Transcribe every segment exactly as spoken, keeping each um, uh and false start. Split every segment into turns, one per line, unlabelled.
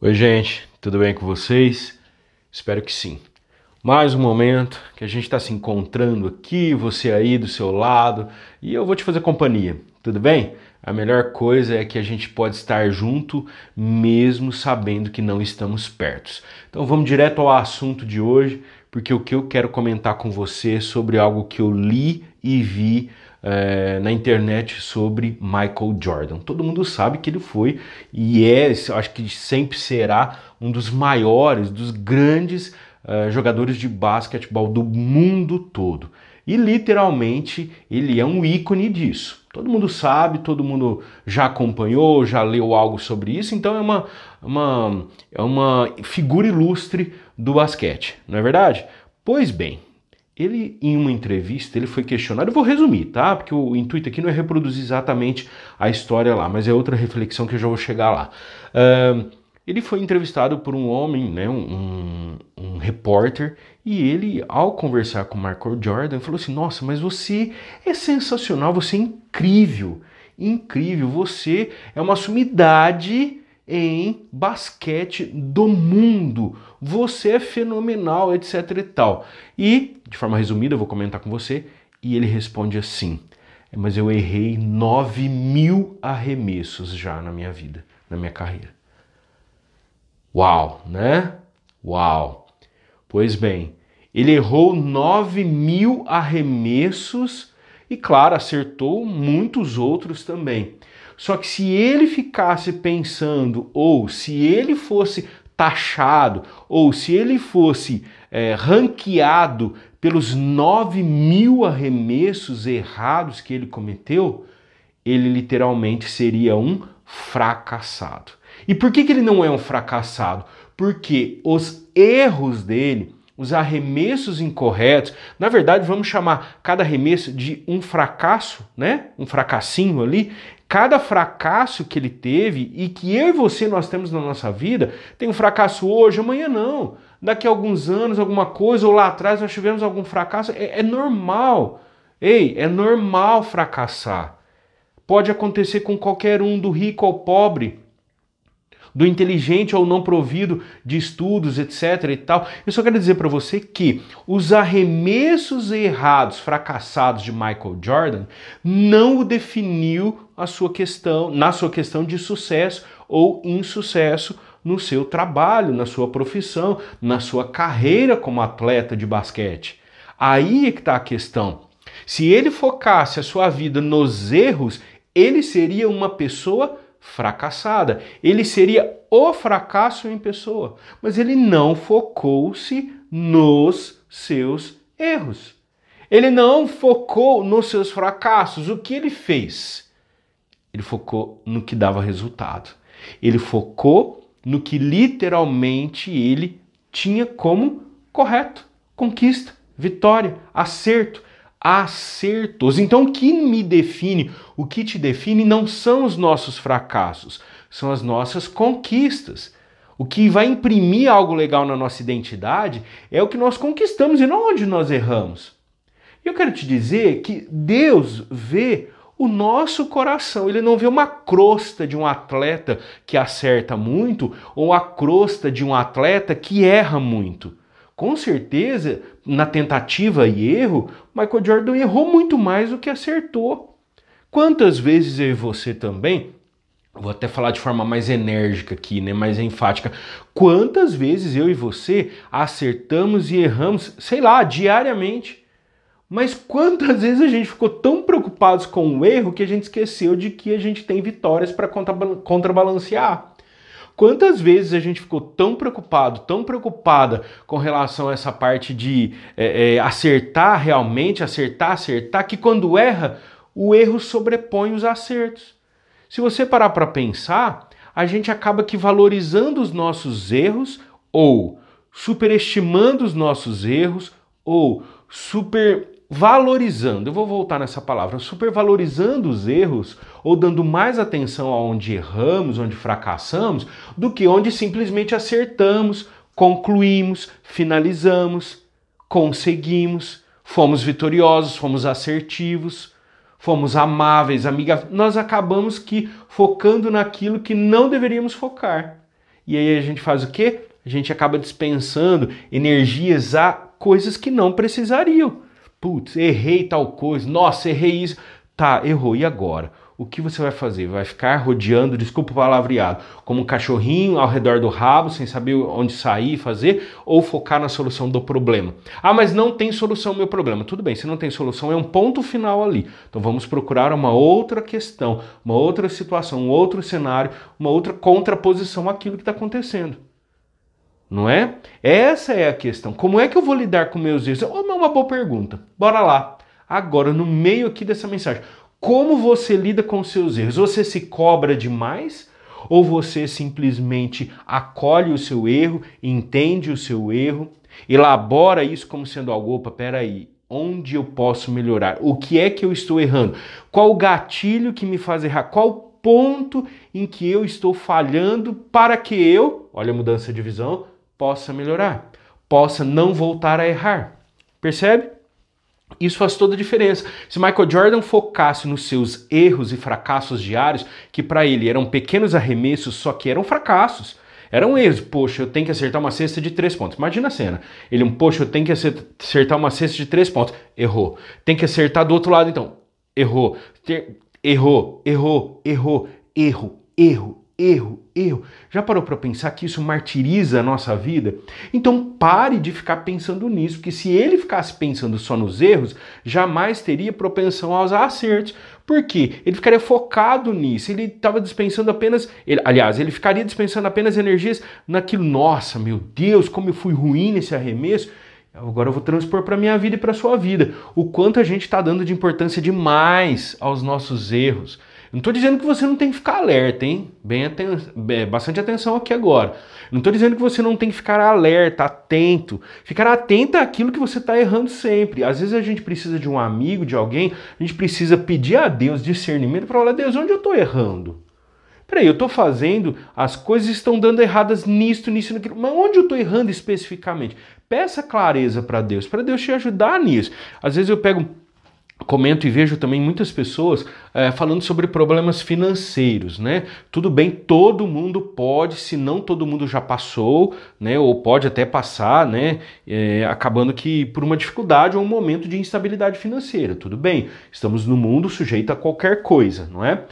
Oi, gente, tudo bem com vocês? Espero que sim. Mais um momento que a gente está se encontrando aqui, você aí do seu lado, e eu vou te fazer companhia, tudo bem? A melhor coisa é que a gente pode estar junto mesmo sabendo que não estamos perto. Então vamos direto ao assunto de hoje, porque o que eu quero comentar com você é sobre algo que eu li e vi É, na internet sobre Michael Jordan. Todo mundo sabe que ele foi e é, acho que sempre será um dos maiores, dos grandes uh, jogadores de basquetebol do mundo todo. E literalmente ele é um ícone disso. Todo mundo sabe, todo mundo já acompanhou, já leu algo sobre isso, então é uma, uma, é uma figura ilustre do basquete, não é verdade? Pois bem, ele, em uma entrevista, ele foi questionado, eu vou resumir, tá? Porque o intuito aqui não é reproduzir exatamente a história lá, mas é outra reflexão que eu já vou chegar lá. Uh, ele foi entrevistado por um homem, né, um, um repórter, e ele, ao conversar com Michael Jordan, falou assim, nossa, mas você é sensacional, você é incrível, incrível, você é uma sumidade em basquete do mundo. Você é fenomenal, etc e tal. E, de forma resumida, eu vou comentar com você, e ele responde assim, mas eu errei nove mil arremessos já na minha vida, na minha carreira. Uau, né? Uau. Pois bem, ele errou nove mil arremessos e, claro, acertou muitos outros também. Só que se ele ficasse pensando, ou se ele fosse taxado, ou se ele fosse é, ranqueado pelos nove mil arremessos errados que ele cometeu, ele literalmente seria um fracassado. E por que que ele não é um fracassado? Porque os erros dele, os arremessos incorretos, na verdade vamos chamar cada arremesso de um fracasso, né? Um fracassinho ali. Cada fracasso que ele teve e que eu e você nós temos na nossa vida, tem um fracasso hoje, amanhã não. Daqui a alguns anos, alguma coisa, ou lá atrás nós tivemos algum fracasso, é, é normal. Ei, é normal fracassar. Pode acontecer com qualquer um, do rico ao pobre, do inteligente ao não provido de estudos, etc e tal. Eu só quero dizer para você que os arremessos errados, fracassados de Michael Jordan não o definiu a sua questão, na sua questão de sucesso ou insucesso no seu trabalho, na sua profissão, na sua carreira como atleta de basquete. Aí é que está a questão. Se ele focasse a sua vida nos erros, ele seria uma pessoa fracassada. Ele seria o fracasso em pessoa. Mas ele não focou-se nos seus erros. Ele não focou nos seus fracassos. O que ele fez? Ele focou no que dava resultado. Ele focou no que literalmente ele tinha como correto. Conquista, vitória, acerto. Acertos. Então o que me define, o que te define não são os nossos fracassos, são as nossas conquistas. O que vai imprimir algo legal na nossa identidade é o que nós conquistamos e não onde nós erramos. E eu quero te dizer que Deus vê o nosso coração, ele não vê uma crosta de um atleta que acerta muito ou a crosta de um atleta que erra muito. Com certeza, na tentativa e erro, Michael Jordan errou muito mais do que acertou. Quantas vezes eu e você também, vou até falar de forma mais enérgica aqui, né, mais enfática, quantas vezes eu e você acertamos e erramos, sei lá, diariamente. Mas quantas vezes a gente ficou tão preocupados com o erro que a gente esqueceu de que a gente tem vitórias para contrabalancear? Quantas vezes a gente ficou tão preocupado, tão preocupada com relação a essa parte de é, é, acertar realmente, acertar, acertar, que quando erra, o erro sobrepõe os acertos. Se você parar para pensar, a gente acaba que valorizando os nossos erros ou superestimando os nossos erros ou supervalorizando, eu vou voltar nessa palavra, supervalorizando os erros ou dando mais atenção aonde erramos, onde fracassamos, do que onde simplesmente acertamos, concluímos, finalizamos, conseguimos, fomos vitoriosos, fomos assertivos, fomos amáveis, amigáveis. Nós acabamos que focando naquilo que não deveríamos focar. E aí a gente faz o quê? A gente acaba dispensando energias a coisas que não precisariam. Putz, errei tal coisa, nossa, errei isso. Tá, errou, e agora? O que você vai fazer? Vai ficar rodeando, desculpa o palavreado, como um cachorrinho ao redor do rabo, sem saber onde sair e fazer, ou focar na solução do problema? Ah, mas não tem solução ao meu problema. Tudo bem, se não tem solução, é um ponto final ali. Então vamos procurar uma outra questão, uma outra situação, um outro cenário, uma outra contraposição àquilo que está acontecendo. Não é? Essa é a questão. Como é que eu vou lidar com meus erros? Oh, é uma boa pergunta. Bora lá. Agora, no meio aqui dessa mensagem. Como você lida com os seus erros? Você se cobra demais? Ou você simplesmente acolhe o seu erro, entende o seu erro, elabora isso como sendo algo, opa, peraí, onde eu posso melhorar? O que é que eu estou errando? Qual o gatilho que me faz errar? Qual o ponto em que eu estou falhando para que eu, olha a mudança de visão, possa melhorar, possa não voltar a errar? Percebe? Isso faz toda a diferença. Se Michael Jordan focasse nos seus erros e fracassos diários, que para ele eram pequenos arremessos, só que eram fracassos, eram erros. Poxa, eu tenho que acertar uma cesta de três pontos. Imagina a cena. Ele, poxa, eu tenho que acertar uma cesta de três pontos. Errou. Tem que acertar do outro lado, então. Errou. Errou, errou, errou, erro, erro, erro, erro. Já parou para pensar que isso martiriza a nossa vida? Então pare de ficar pensando nisso, porque se ele ficasse pensando só nos erros, jamais teria propensão aos acertos. Por quê? Ele ficaria focado nisso, ele estava dispensando apenas, ele, aliás, ele ficaria dispensando apenas energias naquilo, nossa, meu Deus, como eu fui ruim nesse arremesso. Agora eu vou transpor para a minha vida e para a sua vida. O quanto a gente está dando de importância demais aos nossos erros. Não estou dizendo que você não tem que ficar alerta, hein? Bem aten- bastante atenção aqui agora. Não estou dizendo que você não tem que ficar alerta, atento. Ficar atento àquilo que você está errando sempre. Às vezes a gente precisa de um amigo, de alguém, a gente precisa pedir a Deus discernimento para falar, Deus, onde eu estou errando? Peraí, eu estou fazendo, as coisas estão dando erradas nisto, nisso, naquilo. Mas onde eu estou errando especificamente? Peça clareza para Deus, para Deus te ajudar nisso. Às vezes eu pego... Comento e vejo também muitas pessoas é, falando sobre problemas financeiros, né? Tudo bem, todo mundo pode, se não todo mundo já passou, né? Ou pode até passar, né? É, acabando que por uma dificuldade ou um momento de instabilidade financeira. Tudo bem, estamos no mundo sujeito a qualquer coisa, não é?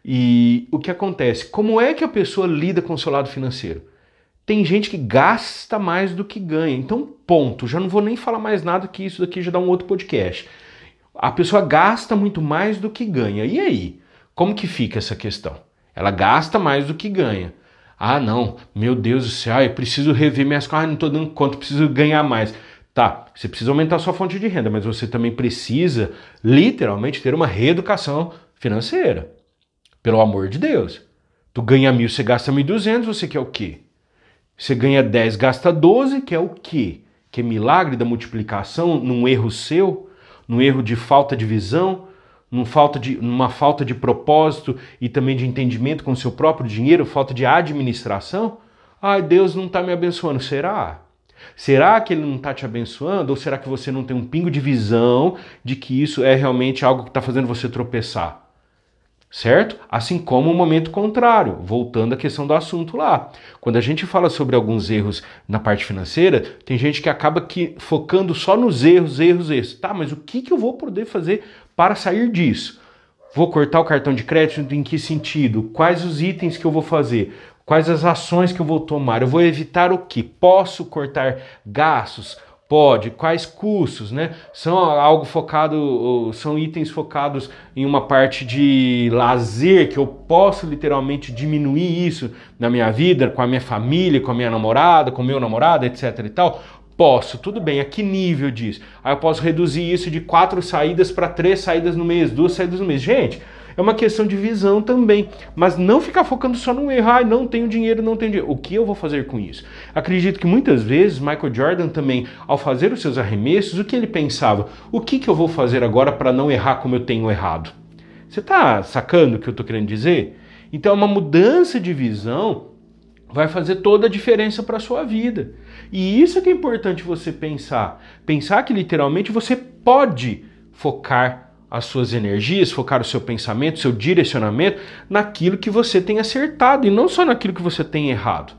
E o que acontece? Como é que a pessoa lida com o seu lado financeiro? Tem gente que gasta mais do que ganha. Então, ponto. Já não vou nem falar mais nada, que isso daqui já dá um outro podcast. A pessoa gasta muito mais do que ganha. E aí? Como que fica essa questão? Ela gasta mais do que ganha. Ah, não, meu Deus do céu, eu preciso rever minhas coisas, ah, não estou dando conta, eu preciso ganhar mais. Tá, você precisa aumentar a sua fonte de renda, mas você também precisa, literalmente, ter uma reeducação financeira. Pelo amor de Deus. Tu ganha mil, você gasta mil e duzentos, você quer o quê? Você ganha dez, gasta doze, quer o quê? Que milagre da multiplicação num erro seu? Num erro de falta de visão, num falta de, numa falta de propósito e também de entendimento com o seu próprio dinheiro, falta de administração? Ai, Deus não está me abençoando. Será? Será que Ele não está te abençoando? Ou será que você não tem um pingo de visão de que isso é realmente algo que está fazendo você tropeçar? Certo? Assim como o momento contrário, voltando à questão do assunto lá. Quando a gente fala sobre alguns erros na parte financeira, tem gente que acaba que focando só nos erros, erros, erros. Tá, mas o que, que eu vou poder fazer para sair disso? Vou cortar o cartão de crédito? Em que sentido? Quais os itens que eu vou fazer? Quais as ações que eu vou tomar? Eu vou evitar o que? Posso cortar gastos? Pode. Quais custos, né? São algo focado, são itens focados em uma parte de lazer, que eu posso literalmente diminuir isso na minha vida, com a minha família, com a minha namorada, com o meu namorado, etc e tal. Posso, tudo bem, a que nível disso? Aí eu posso reduzir isso de quatro saídas para três saídas no mês, duas saídas no mês. Gente, é uma questão de visão também, mas não ficar focando só no erro, ah, não tenho dinheiro, não tenho dinheiro. O que eu vou fazer com isso? Acredito que muitas vezes Michael Jordan também, ao fazer os seus arremessos, o que ele pensava? O que, que eu vou fazer agora para não errar como eu tenho errado? Você está sacando o que eu estou querendo dizer? Então, uma mudança de visão vai fazer toda a diferença para a sua vida. E isso é que é importante você pensar. Pensar que literalmente você pode focar as suas energias, focar o seu pensamento, o seu direcionamento naquilo que você tem acertado e não só naquilo que você tem errado.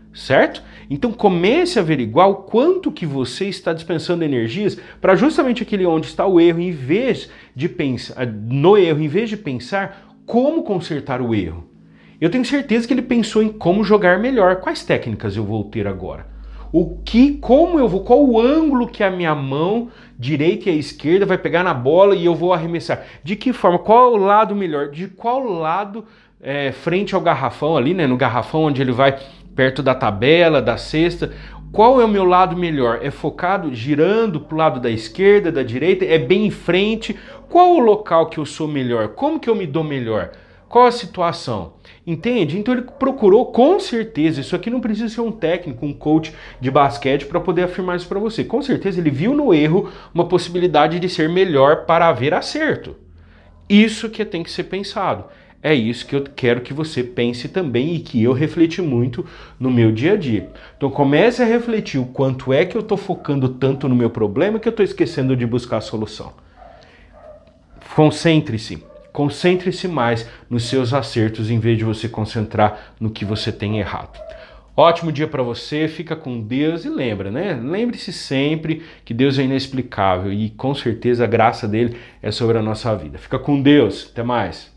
certo? Então comece a averiguar o quanto que você está dispensando energias para justamente aquele onde está o erro, em vez de pensar no erro, em vez de pensar como consertar o erro. Eu tenho certeza que ele pensou em como jogar melhor. Quais técnicas eu vou ter agora? O que, como eu vou, qual o ângulo que a minha mão direita e a esquerda vai pegar na bola e eu vou arremessar? De que forma? Qual é o lado melhor? De qual lado, é, frente ao garrafão ali, né? No garrafão onde ele vai perto da tabela, da cesta. Qual é o meu lado melhor? É focado, girando para o lado da esquerda, da direita? É bem em frente? Qual o local que eu sou melhor? Como que eu me dou melhor? Qual a situação? Entende? Então ele procurou com certeza, isso aqui não precisa ser um técnico, um coach de basquete para poder afirmar isso para você. Com certeza ele viu no erro uma possibilidade de ser melhor para haver acerto. Isso que tem que ser pensado. É isso que eu quero que você pense também e que eu refleti muito no meu dia a dia. Então comece a refletir o quanto é que eu estou focando tanto no meu problema que eu estou esquecendo de buscar a solução. Concentre-se. Concentre-se mais nos seus acertos em vez de você concentrar no que você tem errado. Ótimo dia para você, fica com Deus e lembra, né? Lembre-se sempre que Deus é inexplicável e com certeza a graça dele é sobre a nossa vida. Fica com Deus, até mais.